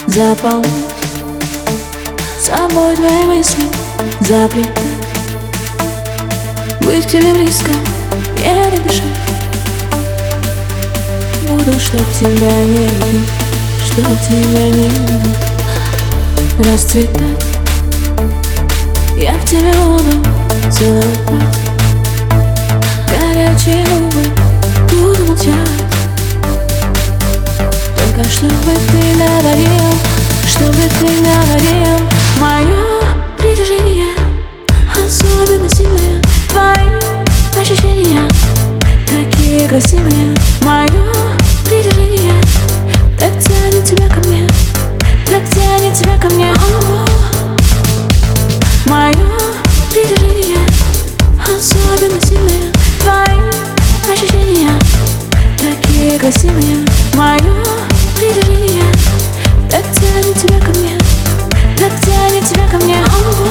заполнить собой твои мысли, заплетать, быть к тебе близко, еле дышать. Буду, чтоб тебя не видеть, чтоб тебя не видеть, расцветать. Я в тебе буду целовать, горячие губы буду молчать. Только чтобы ты говорил, чтобы ты говорил, мое притяжение особенно сильное. Твои ощущения такие красивые. Мое притяжение так тянет тебя ко мне, так тянет тебя ко мне. Мое притяжение особенно сильное. Твои ощущения такие красивые. Мое притяжение так тянет тебя ко мне, так тянет тебя ко мне.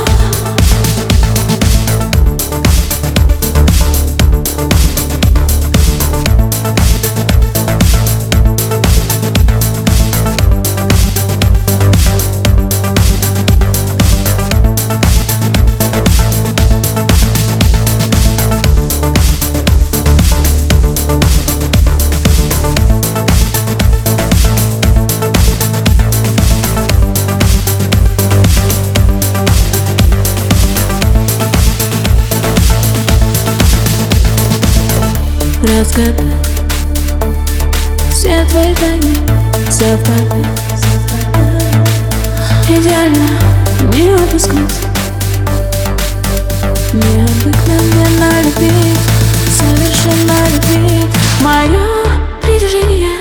Разгадать все твои тайны, совпадать, идеально не отпускать, необыкновенно любить, совершенно любить. Мое притяжение